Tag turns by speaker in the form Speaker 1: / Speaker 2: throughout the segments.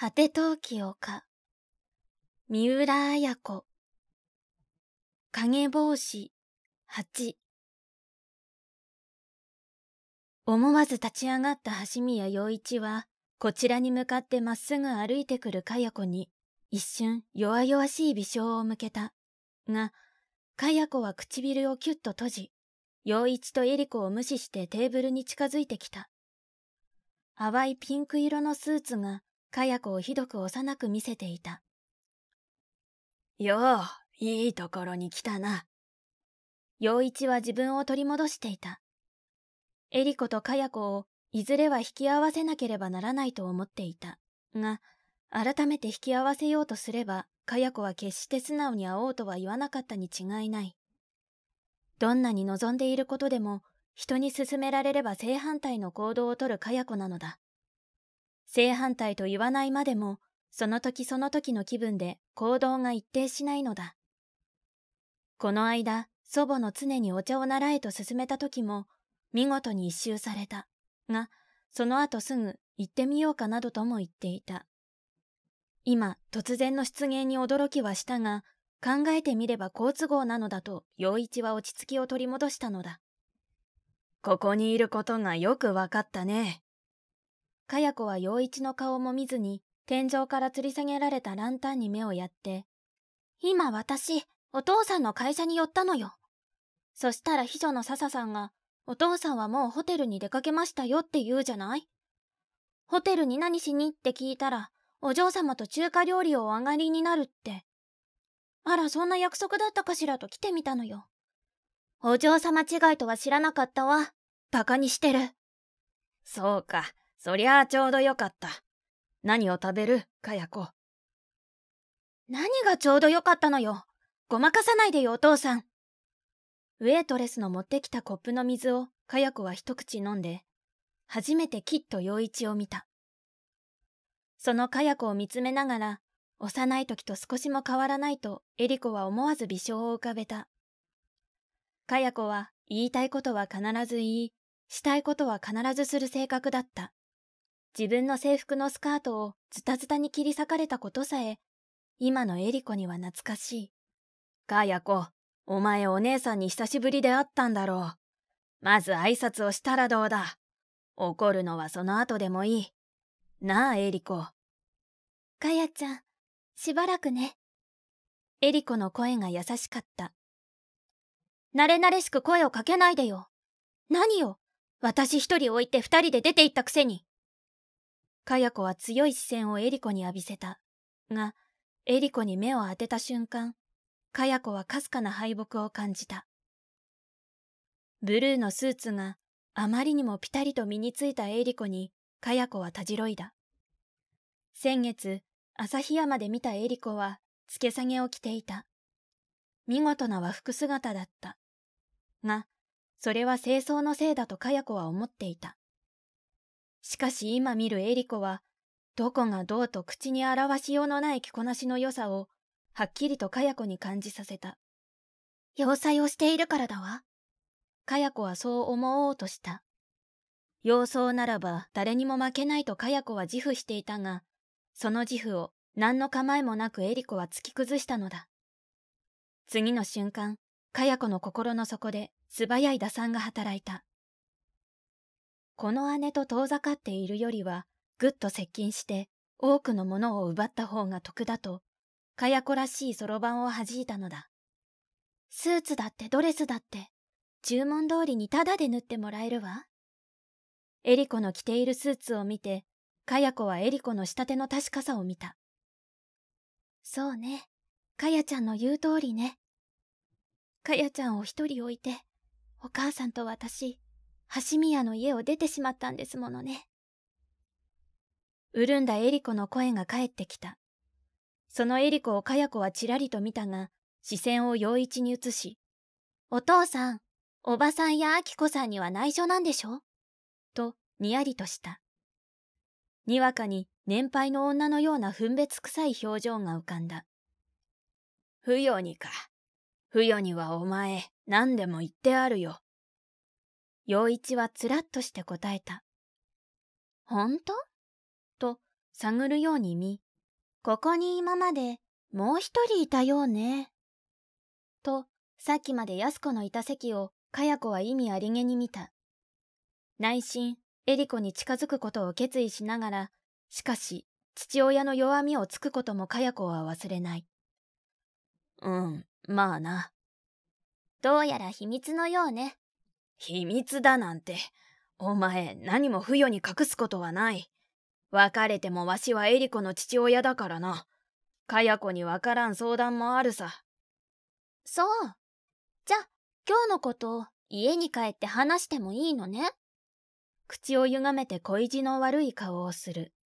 Speaker 1: 果て陶器丘、三浦綾子、影帽子、8。思わず立ち上がった橋宮陽一は、こちらに向かってまっすぐ歩いてくるかや子に、一瞬弱々しい微笑を向けた。が、かや子は唇をキュッと閉じ、陽一とエリコを無視してテーブルに近づいてきた。淡いピンク色のスーツが、かや子をひどく幼く見せていた。
Speaker 2: よう、いいところに来たな。
Speaker 1: 陽一は自分を取り戻していた。エリコとかや子をいずれは引き合わせなければならないと思っていた。が、改めて引き合わせようとすれば、かや子は決して素直に会おうとは言わなかったに違いない。どんなに望んでいることでも、人に勧められれば正反対の行動をとるかや子なのだ。正反対と言わないまでも、その時その時の気分で行動が一定しないのだ。この間、祖母の常にお茶を習えと勧めた時も、見事に一蹴された。が、その後すぐ行ってみようかなどとも言っていた。今、突然の出現に驚きはしたが、考えてみれば好都合なのだと、陽一は落ち着きを取り戻したのだ。
Speaker 2: ここにいることがよくわかったね。
Speaker 1: かや子は陽一の顔も見ずに、天井から吊り下げられたランタンに目をやって、今私、お父さんの会社に寄ったのよ。そしたら秘書の笹さんが、お父さんはもうホテルに出かけましたよって言うじゃない？ホテルに何しにって聞いたら、お嬢様と中華料理をお上がりになるって。あら、そんな約束だったかしらと来てみたのよ。お嬢様違いとは知らなかったわ。バカにしてる。
Speaker 2: そうか、そりゃあちょうどよかった。何を食べる、かや子。
Speaker 1: 何がちょうどよかったのよ。ごまかさないでよ、お父さん。ウェイトレスの持ってきたコップの水をかや子は一口飲んで、初めてきっと陽一を見た。そのかや子を見つめながら、幼い時と少しも変わらないとエリコは思わず微笑を浮かべた。かや子は言いたいことは必ず言い、したいことは必ずする性格だった。自分の制服のスカートをズタズタに切り裂かれたことさえ、今のエリコには懐かしい。
Speaker 2: かや子、お前お姉さんに久しぶりで会ったんだろう。まず挨拶をしたらどうだ。怒るのはその後でもいい。なあ、エリコ。
Speaker 1: かやちゃん、しばらくね。エリコの声が優しかった。慣れ慣れしく声をかけないでよ。何よ、私一人置いて二人で出て行ったくせに。かや子は強い視線をエリコに浴びせた。が、エリコに目を当てた瞬間、かや子はかすかな敗北を感じた。ブルーのスーツがあまりにもぴたりと身についたエリコに、かや子はたじろいだ。先月、旭山で見たエリコは、つけ下げを着ていた。見事な和服姿だった。が、それは清掃のせいだとかや子は思っていた。しかし今見るエリコは、どこがどうと口に表しようのない着こなしの良さを、はっきりとかや子に感じさせた。要塞をしているからだわ。かや子はそう思おうとした。様相ならば誰にも負けないとかや子は自負していたが、その自負を何の構えもなくエリコは突き崩したのだ。次の瞬間、かや子の心の底で素早い打算が働いた。この姉と遠ざかっているよりは、ぐっと接近して多くのものを奪った方が得だと、かや子らしいそろばんを弾いたのだ。スーツだってドレスだって、注文通りにタダで縫ってもらえるわ。エリコの着ているスーツを見て、かや子はエリコの仕立ての確かさを見た。そうね、かやちゃんの言う通りね。かやちゃんを一人置いて、お母さんと私、橋宮の家を出てしまったんですものね。潤んだエリコの声が返ってきた。そのエリコをかや子はちらりと見たが、視線を陽一に移し、お父さん、おばさんやあきこさんには内緒なんでしょと、にやりとした。にわかに年配の女のような分別臭い表情が浮かんだ。
Speaker 2: 不与にか。不与にはお前、何でも言ってあるよ。
Speaker 1: 陽一はつらっとして答えた。ほんと？と、 探るように見、ここに今までもう一人いたようね。と、さっきまで安子のいた席をかや子は意味ありげに見た。内心、エリコに近づくことを決意しながら、しかし、父親の弱みをつくこともかや子は忘れない。
Speaker 2: まあな。
Speaker 1: どうやら秘密のようね。
Speaker 2: 秘密だなんて、お前何も不与に隠すことはない。別れてもわしはエリコの父親だからな。かや子にわからん相談もあるさ。
Speaker 1: そう。じゃ、今日のことを家に帰って話してもいいのね。
Speaker 2: 口を歪めて恋路の悪い顔をする。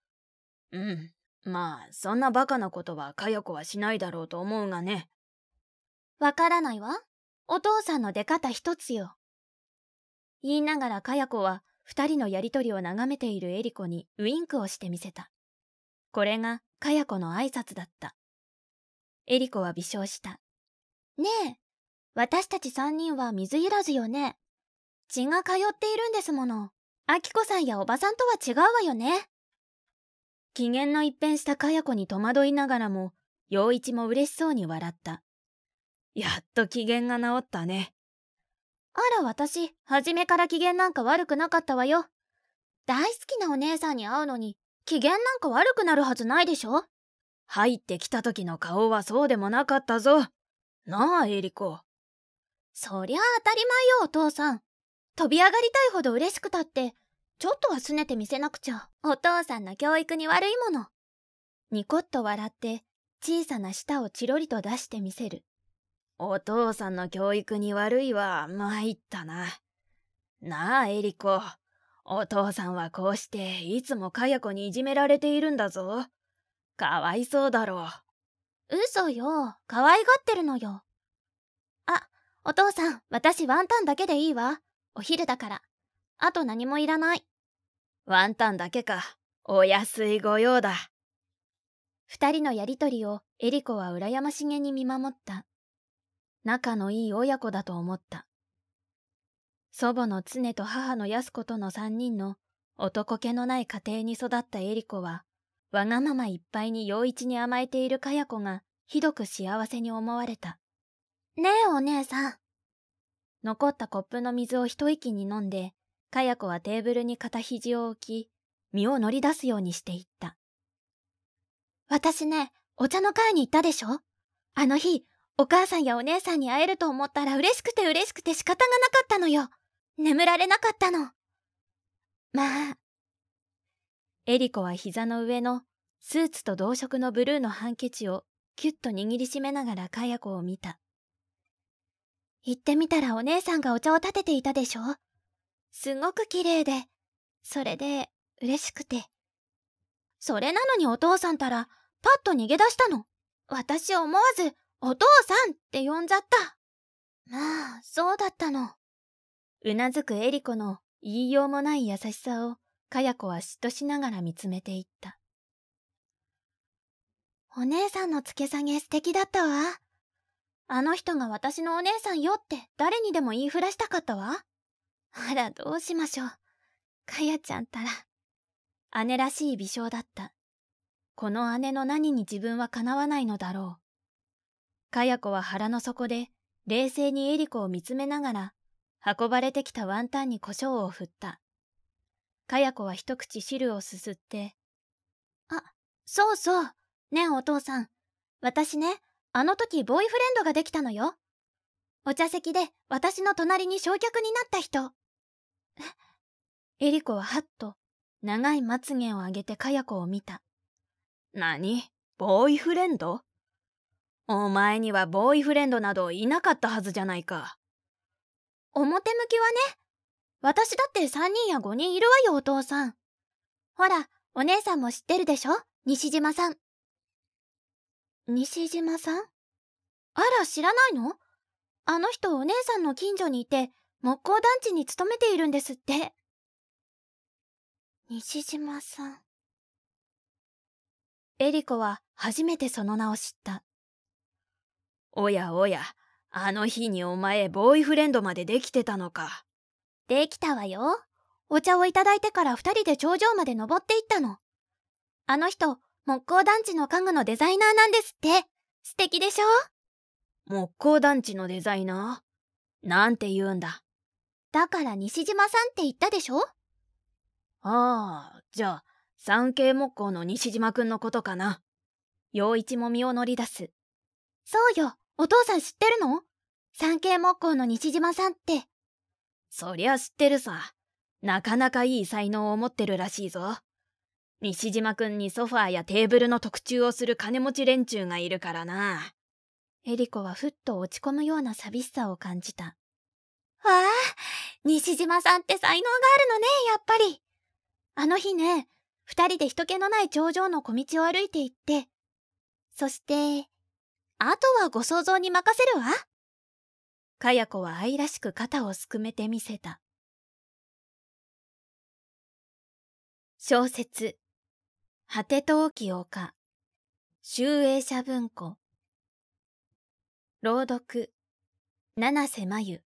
Speaker 2: まあ、そんなバカなことはかや子はしないだろうと思うがね。
Speaker 1: わからないわ。お父さんの出方一つよ。言いながらかや子は二人のやりとりを眺めているエリコにウインクをしてみせた。これがかや子の挨拶だった。エリコは微笑した。ねえ、私たち三人は水入らずよね。血が通っているんですもの。あきこさんやおばさんとは違うわよね。
Speaker 2: 機嫌の一変したかや子に戸惑いながらも、陽一も嬉しそうに笑った。やっと機嫌が治ったね。
Speaker 1: あら、私、初めから機嫌なんか悪くなかったわよ。大好きなお姉さんに会うのに、機嫌なんか悪くなるはずないでしょ。
Speaker 2: 入ってきた時の顔はそうでもなかったぞ。なあ、エリコ。
Speaker 1: そりゃ当たり前よ、お父さん。飛び上がりたいほど嬉しくたって、ちょっとは拗ねてみせなくちゃ。お父さんの教育に悪いもの。ニコッと笑って、小さな舌をチロリと出してみせる。
Speaker 2: お父さんの教育に悪いは参ったな。なあ、エリコ。お父さんはこうしていつもかや子にいじめられているんだぞ。かわいそうだろ
Speaker 1: う。嘘よ。可愛がってるのよ。あ、お父さん、私ワンタンだけでいいわ。お昼だから。あと何もいらない。
Speaker 2: ワンタンだけか。お安いご用だ。
Speaker 1: 二人のやりとりをエリコは羨ましげに見守った。仲のいい親子だと思った。祖母の常と母の安子との三人の男気のない家庭に育ったエリコは、わがままいっぱいに陽一に甘えているかや子がひどく幸せに思われた。ねえお姉さん。残ったコップの水を一息に飲んで、かや子はテーブルに片肘を置き、身を乗り出すようにしていった。私ね、お茶の会に行ったでしょ。あの日、お母さんやお姉さんに会えると思ったら嬉しくて仕方がなかったのよ。眠られなかったの。まあ。エリコは膝の上のスーツと同色のブルーのハンケチをキュッと握りしめながらかや子を見た。行ってみたらお姉さんがお茶を立てていたでしょ。すごく綺麗で、それで嬉しくて。それなのにお父さんたらパッと逃げ出したの。私思わずお父さんって呼んじゃった。まあ、そうだったの。うなずくエリコの言いようもない優しさをかや子は嫉妬しながら見つめていった。お姉さんの付け下げ素敵だったわ。あの人が私のお姉さんよって誰にでも言いふらしたかったわ。あら、どうしましょう。かやちゃんたら。姉らしい微笑だった。この姉の何に自分はかなわないのだろう。かや子は腹の底で冷静にエリコを見つめながら運ばれてきたワンタンに胡椒を振った。かや子は一口汁をすすって、あ、そうそう。ねえお父さん。私ね、あの時ボーイフレンドができたのよ。お茶席で私の隣に焼却になった人。エリコははっと長いまつげを上げてかや子を見た。
Speaker 2: 何？ボーイフレンド？お前にはボーイフレンドなどいなかったはずじゃないか。
Speaker 1: 表向きはね。私だって3人や5人いるわよお父さん。ほら、お姉さんも知ってるでしょ？西島さん。西島さん？あら、知らないの？あの人お姉さんの近所にいて木工団地に勤めているんですって。西島さん。エリコは初めてその名を知った。
Speaker 2: おやおや、あの日にお前ボーイフレンドまでできてたのか。
Speaker 1: できたわよ。お茶をいただいてから2人で頂上まで登っていったの。 あの人、木工団地の家具のデザイナーなんですって。素敵でしょ？
Speaker 2: 木工団地のデザイナー？なんて言うんだ。
Speaker 1: だから西島さんって言ったでしょ？
Speaker 2: ああ、じゃあ、産経木工の西島くんのことかな。
Speaker 1: 陽一も身を乗り出す。そうよ、お父さん知ってるの？産経木工の西島さんって。
Speaker 2: そりゃ知ってるさ。なかなかいい才能を持ってるらしいぞ。西島くんにソファーやテーブルの特注をする金持ち連中がいるからな。
Speaker 1: エリコはふっと落ち込むような寂しさを感じた。わあ、西島さんって才能があるのね、やっぱり。あの日ね、二人で人気のない頂上の小道を歩いて行って、そして、あとはご想像に任せるわ。かや子は愛らしく肩をすくめてみせた。小説、果て陶器丘、集英社文庫。朗読、七瀬まゆ。